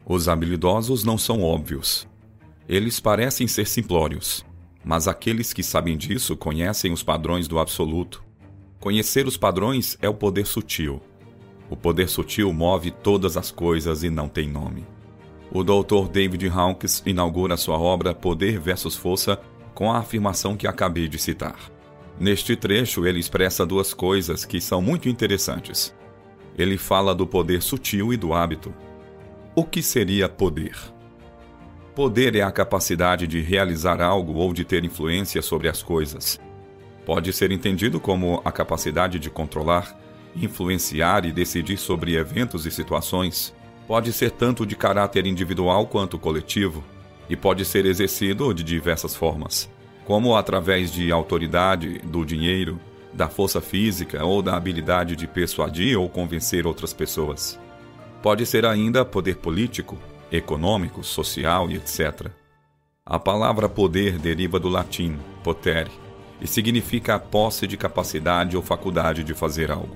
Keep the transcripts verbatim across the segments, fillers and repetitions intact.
Os habilidosos não são óbvios. Eles parecem ser simplórios, mas aqueles que sabem disso conhecem os padrões do absoluto. Conhecer os padrões é o poder sutil. O poder sutil move todas as coisas e não tem nome. O doutor David Hawkins inaugura sua obra Poder versus Força com a afirmação que acabei de citar. Neste trecho, ele expressa duas coisas que são muito interessantes. Ele fala do poder sutil e do hábito. O que seria poder? Poder é a capacidade de realizar algo ou de ter influência sobre as coisas. Pode ser entendido como a capacidade de controlar, influenciar e decidir sobre eventos e situações. Pode ser tanto de caráter individual quanto coletivo, e pode ser exercido de diversas formas, como através de autoridade, do dinheiro, da força física ou da habilidade de persuadir ou convencer outras pessoas. Pode ser ainda poder político, econômico, social e etcétera. A palavra poder deriva do latim potere e significa a posse de capacidade ou faculdade de fazer algo.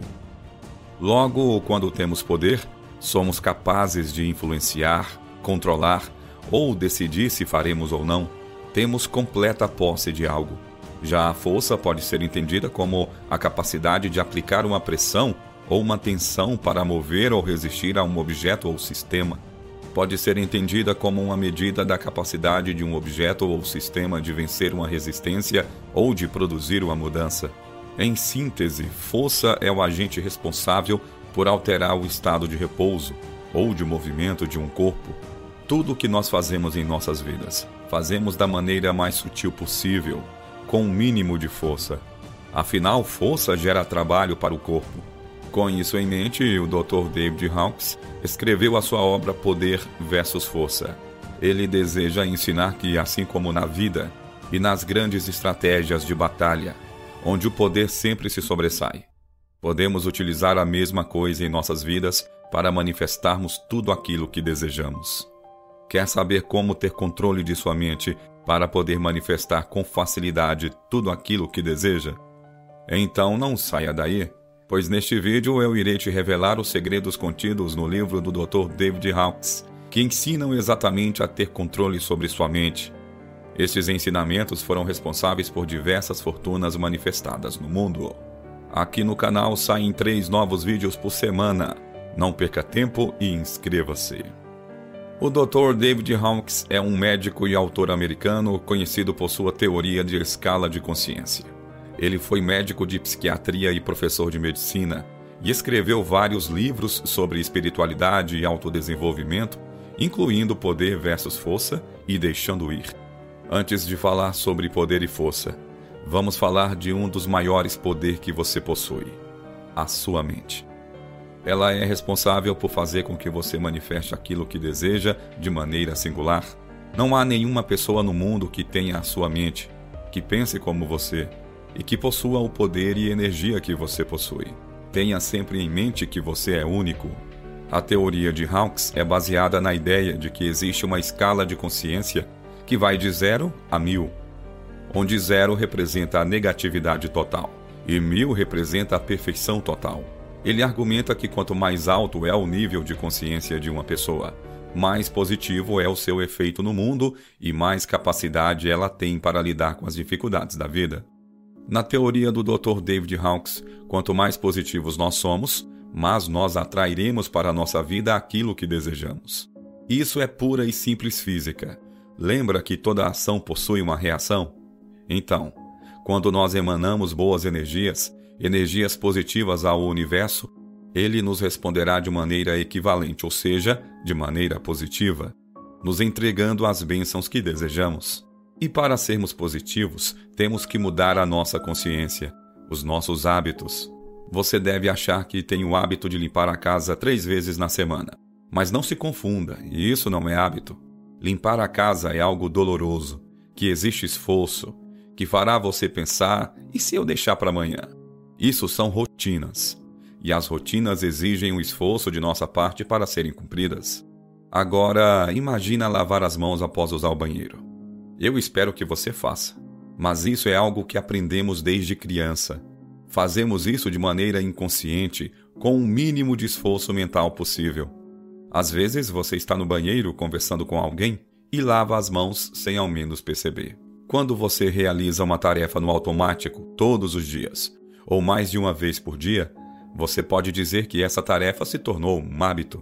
Logo, quando temos poder, somos capazes de influenciar, controlar ou decidir se faremos ou não. Temos completa posse de algo. Já a força pode ser entendida como a capacidade de aplicar uma pressão ou uma tensão para mover ou resistir a um objeto ou sistema. Pode ser entendida como uma medida da capacidade de um objeto ou sistema de vencer uma resistência ou de produzir uma mudança. Em síntese, força é o agente responsável por alterar o estado de repouso ou de movimento de um corpo. Tudo o que nós fazemos em nossas vidas, fazemos da maneira mais sutil possível, com o mínimo de força. Afinal, força gera trabalho para o corpo. Com isso em mente, o doutor David Hawkins escreveu a sua obra Poder versus Força. Ele deseja ensinar que, assim como na vida e nas grandes estratégias de batalha, onde o poder sempre se sobressai, podemos utilizar a mesma coisa em nossas vidas para manifestarmos tudo aquilo que desejamos. Quer saber como ter controle de sua mente para poder manifestar com facilidade tudo aquilo que deseja? Então não saia daí, pois neste vídeo eu irei te revelar os segredos contidos no livro do doutor David Hawkins, que ensinam exatamente a ter controle sobre sua mente. Estes ensinamentos foram responsáveis por diversas fortunas manifestadas no mundo. Aqui no canal saem três novos vídeos por semana. Não perca tempo e inscreva-se. O doutor David Hawkins é um médico e autor americano conhecido por sua teoria de escala de consciência. Ele foi médico de psiquiatria e professor de medicina e escreveu vários livros sobre espiritualidade e autodesenvolvimento, incluindo Poder versus Força e Deixando Ir. Antes de falar sobre poder e força, vamos falar de um dos maiores poderes que você possui, a sua mente. Ela é responsável por fazer com que você manifeste aquilo que deseja de maneira singular. Não há nenhuma pessoa no mundo que tenha a sua mente, que pense como você e que possua o poder e energia que você possui. Tenha sempre em mente que você é único. A teoria de Hawkins é baseada na ideia de que existe uma escala de consciência que vai de zero a mil, onde zero representa a negatividade total e mil representa a perfeição total. Ele argumenta que quanto mais alto é o nível de consciência de uma pessoa, mais positivo é o seu efeito no mundo e mais capacidade ela tem para lidar com as dificuldades da vida. Na teoria do doutor David Hawkins, quanto mais positivos nós somos, mais nós atrairemos para a nossa vida aquilo que desejamos. Isso é pura e simples física. Lembra que toda ação possui uma reação? Então, quando nós emanamos boas energias, energias positivas ao universo, ele nos responderá de maneira equivalente, ou seja, de maneira positiva, nos entregando as bênçãos que desejamos. E para sermos positivos, temos que mudar a nossa consciência, os nossos hábitos. Você deve achar que tem o hábito de limpar a casa três vezes na semana. Mas não se confunda, isso não é hábito. Limpar a casa é algo doloroso, que exige esforço, que fará você pensar, e se eu deixar para amanhã? Isso são rotinas, e as rotinas exigem um esforço de nossa parte para serem cumpridas. Agora, imagina lavar as mãos após usar o banheiro. Eu espero que você faça, mas isso é algo que aprendemos desde criança. Fazemos isso de maneira inconsciente, com o mínimo de esforço mental possível. Às vezes você está no banheiro conversando com alguém e lava as mãos sem ao menos perceber. Quando você realiza uma tarefa no automático todos os dias, ou mais de uma vez por dia, você pode dizer que essa tarefa se tornou um hábito.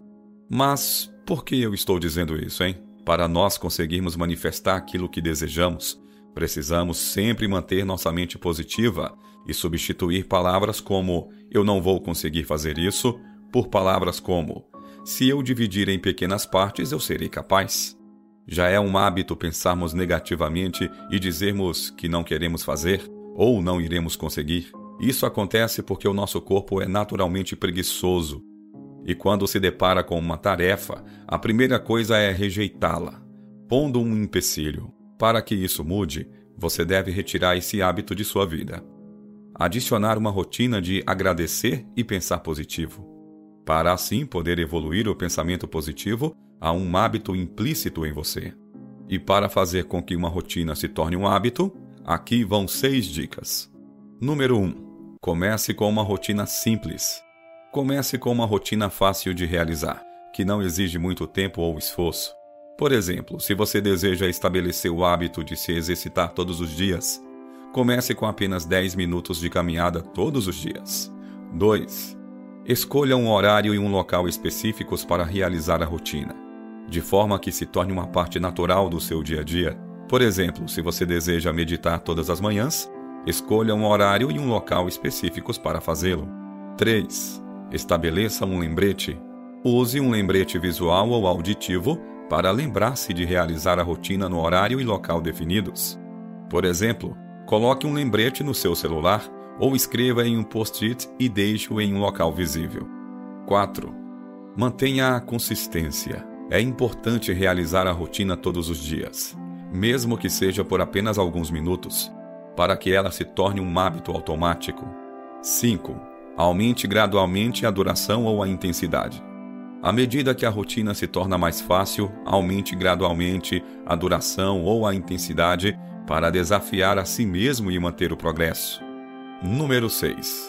Mas por que eu estou dizendo isso, hein? Para nós conseguirmos manifestar aquilo que desejamos, precisamos sempre manter nossa mente positiva e substituir palavras como "eu não vou conseguir fazer isso" por palavras como "se eu dividir em pequenas partes, eu serei capaz". Já é um hábito pensarmos negativamente e dizermos que não queremos fazer ou não iremos conseguir. Isso acontece porque o nosso corpo é naturalmente preguiçoso. E quando se depara com uma tarefa, a primeira coisa é rejeitá-la, pondo um empecilho. Para que isso mude, você deve retirar esse hábito de sua vida. Adicionar uma rotina de agradecer e pensar positivo, para assim poder evoluir o pensamento positivo a um hábito implícito em você. E para fazer com que uma rotina se torne um hábito, aqui vão seis dicas. Número um. Comece com uma rotina simples. Comece com uma rotina fácil de realizar, que não exige muito tempo ou esforço. Por exemplo, se você deseja estabelecer o hábito de se exercitar todos os dias, comece com apenas dez minutos de caminhada todos os dias. dois. Escolha um horário e um local específicos para realizar a rotina, de forma que se torne uma parte natural do seu dia a dia. Por exemplo, se você deseja meditar todas as manhãs, escolha um horário e um local específicos para fazê-lo. três. Estabeleça um lembrete. Use um lembrete visual ou auditivo para lembrar-se de realizar a rotina no horário e local definidos. Por exemplo, coloque um lembrete no seu celular ou escreva em um post-it e deixe-o em um local visível. quatro. Mantenha a consistência. É importante realizar a rotina todos os dias, mesmo que seja por apenas alguns minutos, para que ela se torne um hábito automático. cinco. Aumente gradualmente a duração ou a intensidade. À medida que a rotina se torna mais fácil, aumente gradualmente a duração ou a intensidade para desafiar a si mesmo e manter o progresso. Número seis.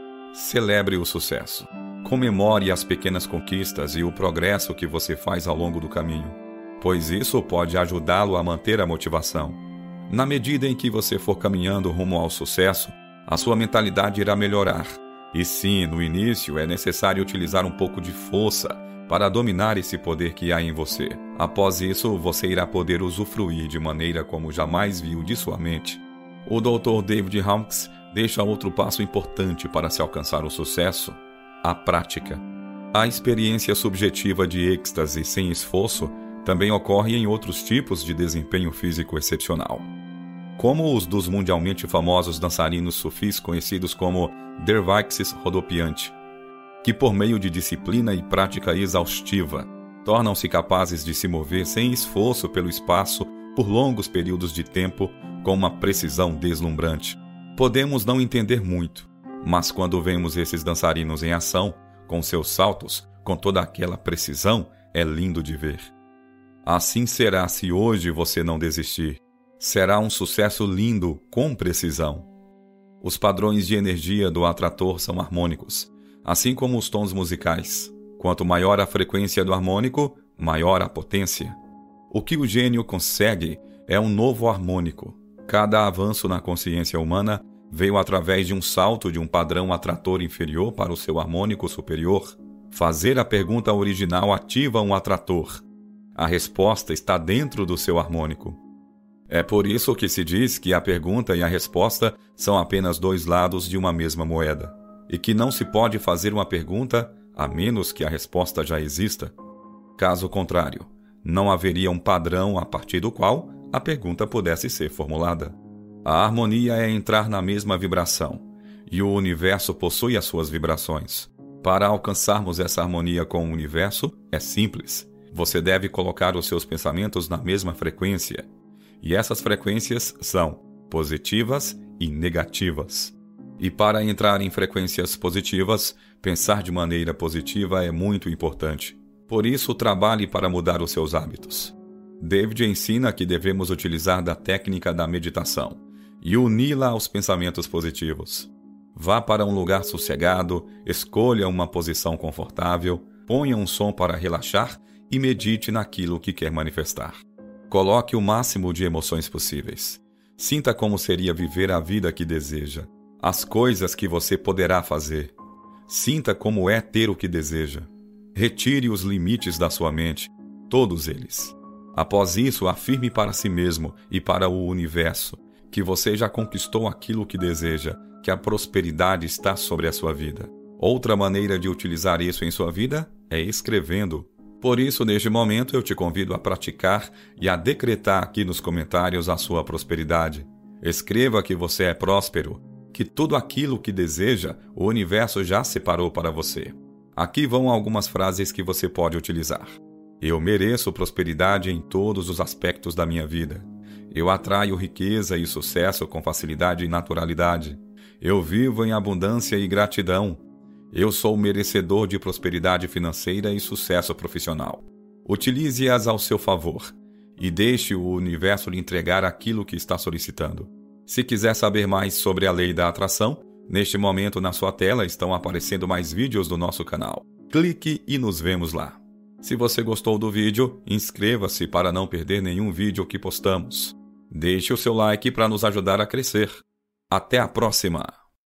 Celebre o sucesso. Comemore as pequenas conquistas e o progresso que você faz ao longo do caminho, pois isso pode ajudá-lo a manter a motivação. Na medida em que você for caminhando rumo ao sucesso, a sua mentalidade irá melhorar. E sim, no início é necessário utilizar um pouco de força para dominar esse poder que há em você. Após isso, você irá poder usufruir de maneira como jamais viu de sua mente. O doutor David Hawkins deixa outro passo importante para se alcançar o sucesso: a prática. A experiência subjetiva de êxtase sem esforço também ocorre em outros tipos de desempenho físico excepcional, como os dos mundialmente famosos dançarinos sufis conhecidos como Derviches rodopiante, que por meio de disciplina e prática exaustiva, tornam-se capazes de se mover sem esforço pelo espaço por longos períodos de tempo com uma precisão deslumbrante. Podemos não entender muito, mas quando vemos esses dançarinos em ação, com seus saltos, com toda aquela precisão, é lindo de ver. Assim será se hoje você não desistir. Será um sucesso lindo com precisão. Os padrões de energia do atrator são harmônicos, assim como os tons musicais. Quanto maior a frequência do harmônico, maior a potência. O que o gênio consegue é um novo harmônico. Cada avanço na consciência humana veio através de um salto de um padrão atrator inferior para o seu harmônico superior. Fazer a pergunta original ativa um atrator. A resposta está dentro do seu harmônico. É por isso que se diz que a pergunta e a resposta são apenas dois lados de uma mesma moeda, e que não se pode fazer uma pergunta a menos que a resposta já exista. Caso contrário, não haveria um padrão a partir do qual a pergunta pudesse ser formulada. A harmonia é entrar na mesma vibração, e o universo possui as suas vibrações. Para alcançarmos essa harmonia com o universo, é simples. Você deve colocar os seus pensamentos na mesma frequência. E essas frequências são positivas e negativas. E para entrar em frequências positivas, pensar de maneira positiva é muito importante. Por isso, trabalhe para mudar os seus hábitos. David ensina que devemos utilizar da técnica da meditação e uni-la aos pensamentos positivos. Vá para um lugar sossegado, escolha uma posição confortável, Ponha um som para relaxar e medite naquilo que quer manifestar. Coloque o máximo de emoções possíveis. Sinta como seria viver a vida que deseja, as coisas que você poderá fazer. Sinta como é ter o que deseja. Retire os limites da sua mente, todos eles. Após isso, afirme para si mesmo e para o universo que você já conquistou aquilo que deseja, que a prosperidade está sobre a sua vida. Outra maneira de utilizar isso em sua vida é escrevendo. Por isso, neste momento, eu te convido a praticar e a decretar aqui nos comentários a sua prosperidade. Escreva que você é próspero, que tudo aquilo que deseja, o universo já separou para você. Aqui vão algumas frases que você pode utilizar. Eu mereço prosperidade em todos os aspectos da minha vida. Eu atraio riqueza e sucesso com facilidade e naturalidade. Eu vivo em abundância e gratidão. Eu sou merecedor de prosperidade financeira e sucesso profissional. Utilize-as ao seu favor e deixe o universo lhe entregar aquilo que está solicitando. Se quiser saber mais sobre a lei da atração, neste momento na sua tela estão aparecendo mais vídeos do nosso canal. Clique e nos vemos lá. Se você gostou do vídeo, inscreva-se para não perder nenhum vídeo que postamos. Deixe o seu like para nos ajudar a crescer. Até a próxima!